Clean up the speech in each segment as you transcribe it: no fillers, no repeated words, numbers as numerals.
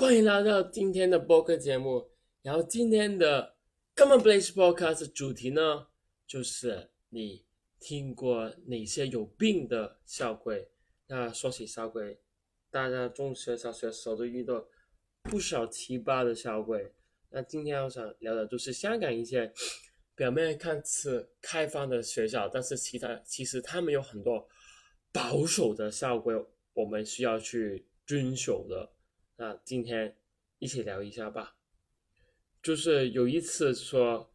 欢迎来到今天的播客节目。然后今天的 Common Place Podcast 的主题呢，就是你听过哪些有病的校规？那说起校规，大家中学、小学时候都遇到不少奇葩的校规。那今天我想聊的就是香港一些表面看似开放的学校，但是其实他们有很多保守的校规，我们需要去遵守的。那今天一起聊一下吧。就是有一次说，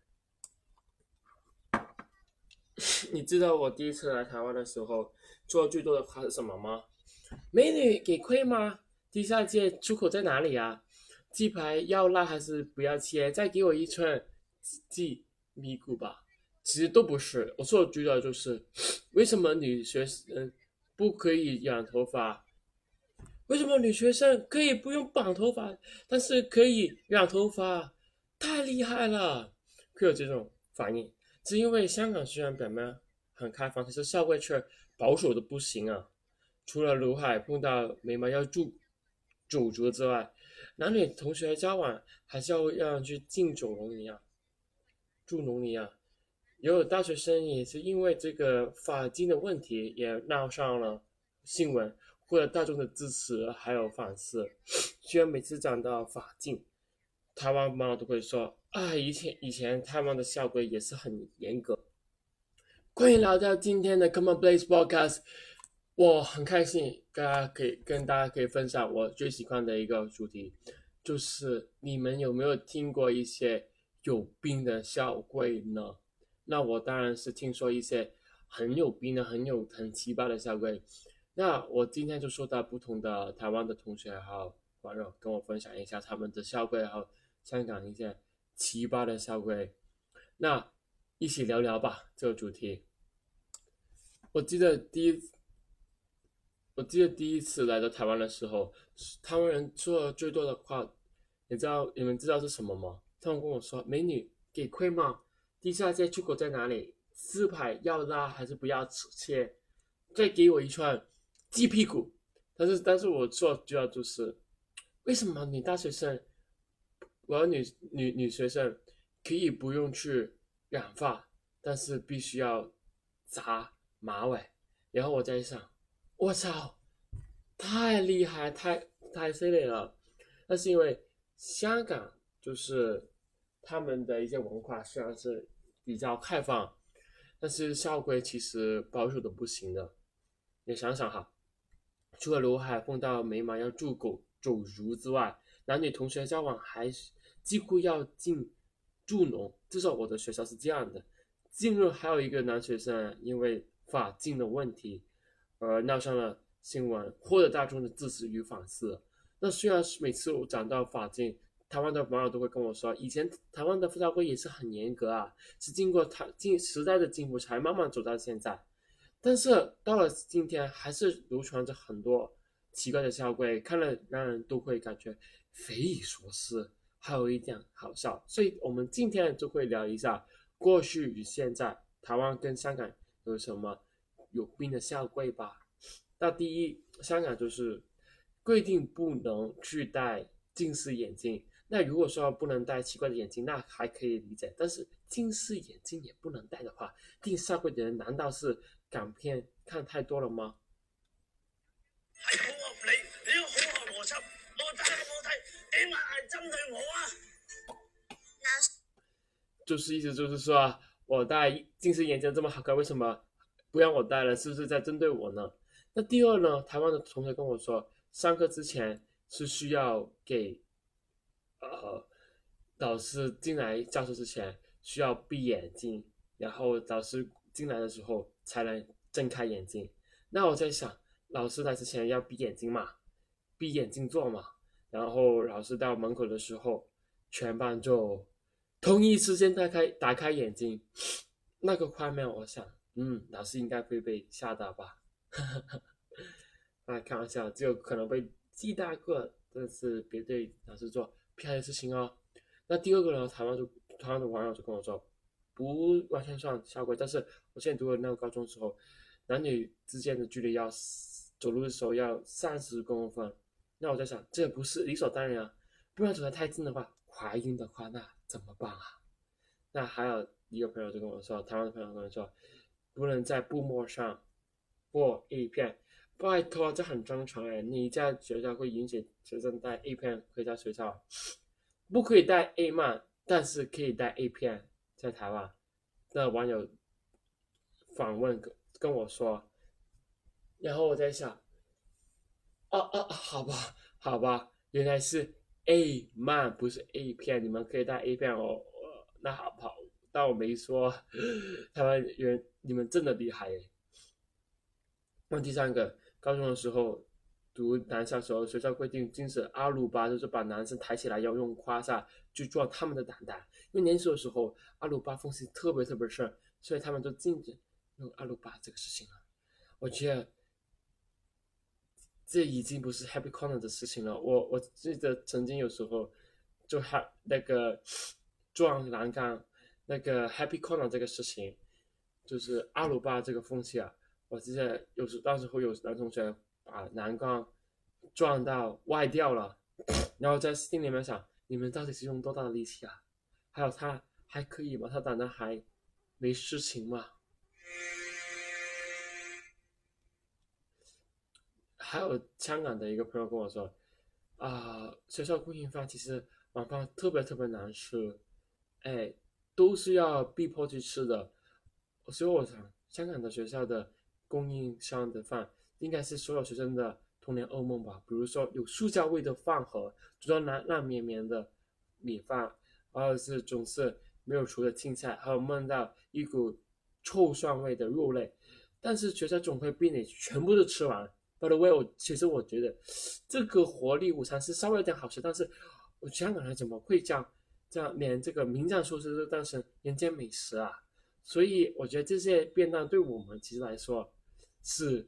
你知道我第一次来台湾的时候做最多的话是什么吗？美女给亏吗？地下街出口在哪里啊？鸡排要辣还是不要切？再给我一串鸡米骨吧。其实都不是，我说的最多的就是为什么女学生不可以染头发？为什么女学生可以不用绑头发，但是可以染头发？太厉害了！会有这种反应，是因为香港虽然表面很开放，可是校规却保守的不行啊。除了刘海碰到眉毛要驻足之外，男女同学交往还是要让人去敬重容仪啊，祝融仪啊。也有大学生也是因为这个发巾的问题也闹上了新闻，获得大众的支持还有反思。虽然每次讲到法禁，台湾朋友都会说，啊，以前台湾的校规也是很严格。欢迎来到今天的 Common Place Podcast，我很开心，大家可以分享我最喜欢的一个主题，就是你们有没有听过一些有病的校规呢？那我当然是听说一些很有病的、很奇葩的校规。那我今天就说到不同的台湾的同学还有网友跟我分享一下他们的校规，还有香港一些奇葩的校规。那一起聊聊吧，这个主题。我记得第一，我记得第一次来到台湾的时候，台湾人说的最多的话，你们知道是什么吗？他们跟我说：“美女给亏吗？地下街出口在哪里？四排要拉还是不要切？再给我一串鸡屁股。”但是我说主要就是，为什么女大学生，我要女学生可以不用去染发，但是必须要扎马尾？然后我在想，我操，太厉害，太犀利了。那是因为香港就是他们的一些文化虽然是比较开放，但是校规其实保守的不行的。你想想哈，除了刘海碰到眉毛要走足之外，男女同学交往还是几乎要助浓，至少我的学校是这样的。近日还有一个男学生因为发禁的问题而闹上了新闻，获得大众的支持与反思。那虽然是每次我讲到法禁，台湾的网友都会跟我说，以前台湾的校规也是很严格啊，是经过时代的进步才慢慢走到现在。但是到了今天，还是流传着很多奇怪的校规，看了让人都会感觉匪夷所思，还有一点好笑。所以我们今天就会聊一下过去与现在，台湾跟香港有什么有病的校规吧。那第一，香港就是规定不能去戴近视眼镜。那如果说不能戴奇怪的眼镜，那还可以理解。但是近视眼镜也不能戴的话，定校规的人难道是港片看太多了吗？係好合理，你都好合邏輯。我睇都冇睇，點解係針對我啊？就是意思就是说啊，我戴近视眼镜这么好看，为什么不让我戴了？是不是在针对我呢？那第二呢，台湾的同学跟我说，上课之前是需要给呃老师进来教室之前需要闭眼睛，然后老师进来的时候才能睁开眼睛。那我在想，老师来之前要闭眼睛嘛，闭眼睛做嘛，然后老师到门口的时候，全班就同一时间打开眼睛，那个画面，我想，老师应该会被吓到吧？开玩笑，只有可能被记大过，但是别对老师做屁孩的事情哦。那第二个呢，台湾的网友就跟我说，不完全算校规，但是我现在读的那个高中的时候，男女之间的距离走路的时候要30公分。那我在想，这不是理所当然啊？ 不然走得太近的话，怀孕的话那怎么办啊？那还有一个朋友就跟我说，台湾的朋友跟我说，不能在布幕上播 A 片，拜托，这很正常哎。你在学校会允许学生带 A 片回到学校，不可以带 A 漫，但是可以带 A 片。在台湾，那网友访问跟我说，然后我在想，好吧，好吧，原来是 A 漫不是 A 片，你们可以带 A 片哦。那好不好？但我没说，台湾人你们真的厉害耶。那第三个，高中的时候读男校的时候，学校规定禁止阿鲁巴，就是把男生抬起来要用胯下去撞他们的胆蛋，因为年轻的时候阿鲁巴风气特别特别盛，所以他们都禁止用阿鲁巴这个事情了。我觉得这已经不是 Happy Corner 的事情了。我记得曾经有时候就那个撞栏杆，那个 Happy Corner 这个事情，就是阿鲁巴这个风气啊。我记得当时会有男同学把栏杆撞到歪掉了，然后在心里面想，你们到底是用多大的力气啊？还有他还可以吗？他胆子还没事情吗？还有香港的一个朋友跟我说，学校供应饭其实晚饭特别特别难吃，哎，都是要逼迫去吃的。所以我想，香港的学校的供应商的饭应该是所有学生的童年噩梦吧。比如说有塑胶味的饭盒，煮到烂绵绵的米饭，或者是总是没有除的青菜，还有闻到一股臭蒜味的肉类。但是学校总会逼你全部都吃完。By the way，其实我觉得这个活力午餐是稍微有点好吃，但是香港人怎么会这样连这个名将寿司都当成人间美食啊？所以我觉得这些便当对我们其实来说是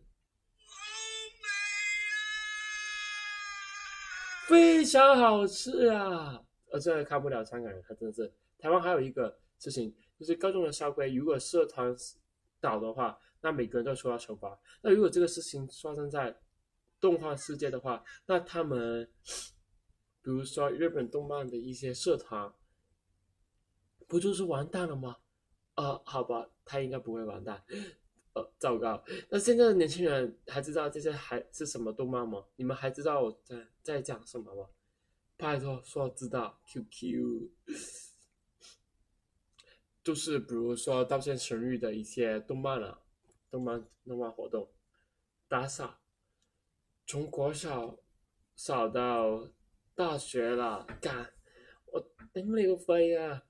非常好吃啊！我真的看不了香港人，他真的是。台湾还有一个事情，就是高中的校规，如果社团倒的话，那每个人都受到惩罚。那如果这个事情发生在动画世界的话，那他们比如说日本动漫的一些社团，不就是完蛋了吗？好吧，他应该不会完蛋。糟糕！那现在的年轻人还知道这些还是什么动漫吗？你们还知道我在讲什么吗？拜托说知道 QQ，就是比如说道歉神域的一些动漫了、动漫活动，打扫，从国小扫到大学了，干，我顶你个肺啊！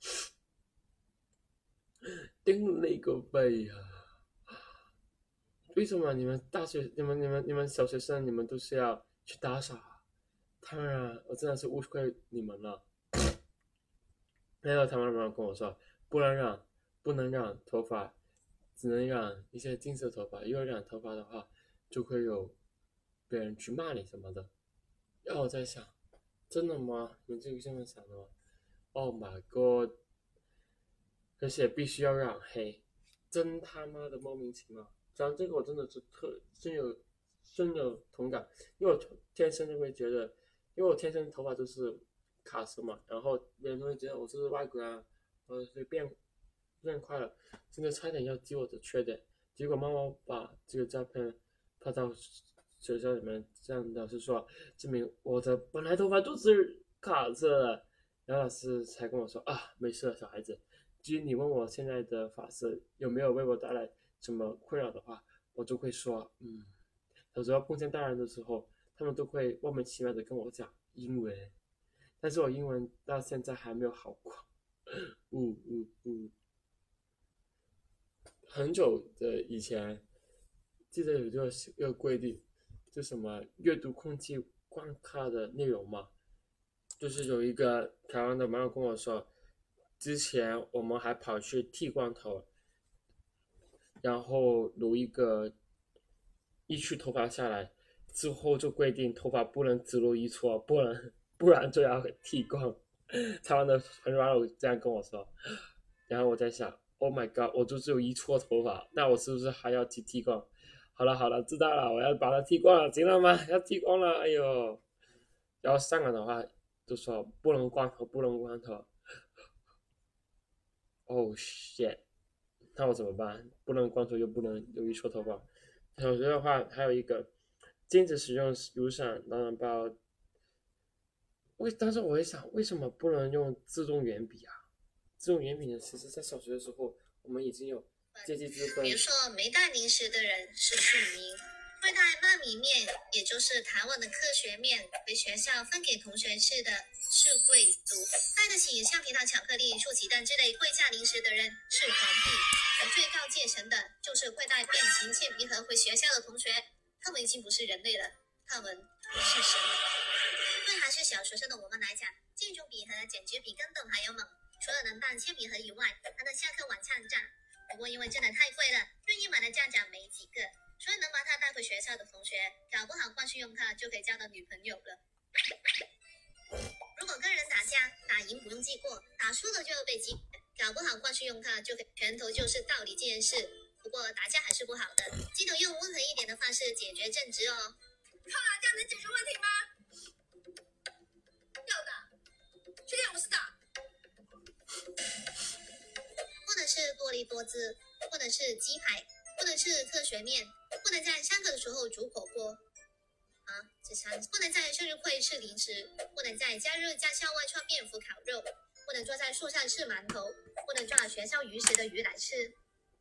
顶你个肺啊！为什么你们大学、你们小学生，你们都是要去打扫啊？当然，我真的是误会你们了。还有他们跟我说，不能染，不能染头发，只能染一些金色头发。因为染头发的话，就会有别人去骂你什么的。然后我在想，真的吗？你们这个这么想的吗？Oh my god！而且必须要染黑，真他妈的莫名其妙。讲这个我真的是深有同感，因为我天生就会觉得，因为我天生头发就是卡色嘛，然后别人都会觉得我是外国啊，所以变快了，真的差点要记我的缺点。结果妈妈把这个照片发到学校里面，这样老师说证明我的本来头发就是卡色的，然后老师才跟我说没事了，小孩子。至于你问我现在的发色有没有为我带来什么困扰的话，我就会说，有时候碰见大人的时候，他们都会莫名其妙的跟我讲英文，但是我英文到现在还没有好过。呜呜呜！很久的以前，记得有一个规定，就什么阅读空气关卡的内容嘛，就是有一个台湾的网友跟我说，之前我们还跑去剃光头，然后留一撮头发下来，之后就规定头发不能只留一撮，不然就要剃光。台湾的很网友这样跟我说，然后我在想，Oh my god，我就只有一撮头发，那我是不是还要去剃光？好了好了，知道了，我要把它剃光了，知道吗？要剃光了，哎呦！然后香港的话， 就说不能光头，不能光头。Oh shit！那我怎么办？不能光头又不能留一撮头发。小学的话，还有一个禁止使用雨伞、懒人包。当时我会想，为什么不能用自动圆笔啊？自动圆笔呢，其实在小学的时候，我们已经有阶级之分。 比如说，没带零食的人是庶民，会带糯米面，也就是台湾的科学面，回学校分给同学吃的是贵族。带得起橡皮糖、巧克力、出奇蛋之类贵价零食的人是皇帝，而最高阶层的就是会带变形铅笔盒回学校的同学，他们已经不是人类了，他们是神。对还是小学生的我们来讲，这种笔盒简直比跟斗还要猛。除了能当铅笔盒以外，还能下课晚上炸。不过因为真的太贵了，愿意买的家长没几个，所以能把它带回学校的同学，搞不好光是用它就可以交到女朋友了。如果跟人打架，打赢不用记过，打输了就要被记，搞不好光是用它就可以拳头就是道理这件事。不过打架还是不好的，记得用温和一点的方式解决争执哦。靠啊，这样能解决问题吗？要打，确定我是打。不能是多利多滋，不能是鸡排，不能是科学面，不能在上课的时候煮火锅。这三不能在生日会吃零食，不能在假日在校外穿便服烤肉，不能坐在树上吃馒头，不能抓学校鱼食的鱼来吃。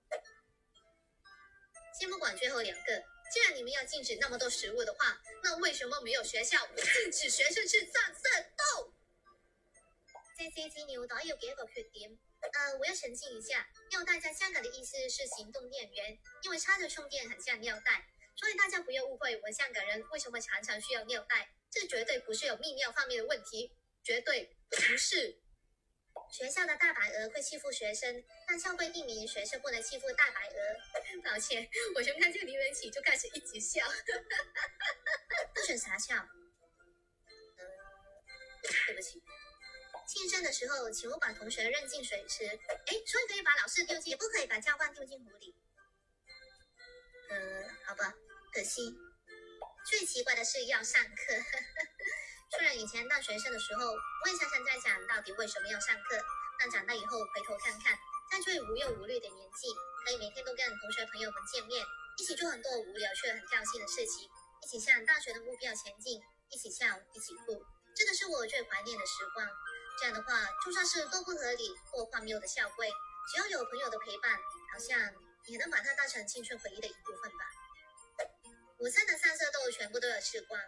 先不管最后两个，既然你们要禁止那么多食物的话，那为什么没有学校禁止学生吃三色豆？在 CT 牛导有几个缺点。我要澄清一下，尿袋在香港的意思是行动电源，因为插着充电很像尿袋，所以大家不要误会我们香港人为什么常常需要尿袋，这绝对不是有泌尿方面的问题，绝对不是。学校的大白鹅会欺负学生，但校规定明学生不能欺负大白鹅。抱歉，我从看这个名人起就开始一直笑。不准傻笑。对不起。庆生的时候，请勿把同学扔进水池。所以可以把老师丢进，也不可以把教官丢进湖里。好吧，可惜。最奇怪的是要上课。虽然以前当学生的时候，我也常常在想到底为什么要上课，但长大以后回头看看，在最无忧无虑的年纪，可以每天都跟同学朋友们见面，一起做很多无聊却很高兴的事情，一起向大学的目标前进，一起笑，一起哭，真的是我最怀念的时光。这样的话，就算是多不合理或荒谬的校规，只要有朋友的陪伴，好像也能把它当成青春回忆的一部分吧。午餐的三色豆全部都有吃光。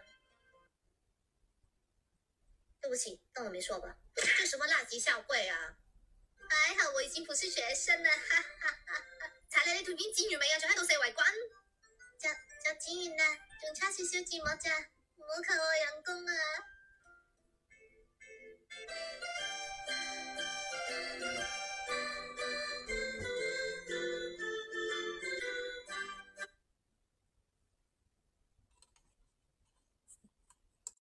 对不起，当我没说吧。这什么垃圾校规啊！还好我已经不是学生了，哈哈哈哈！睇你呢條片剪完未啊？仲喺度四圍滾。就剪完啦，仲差少少字幕咋，唔好扣我人工啊！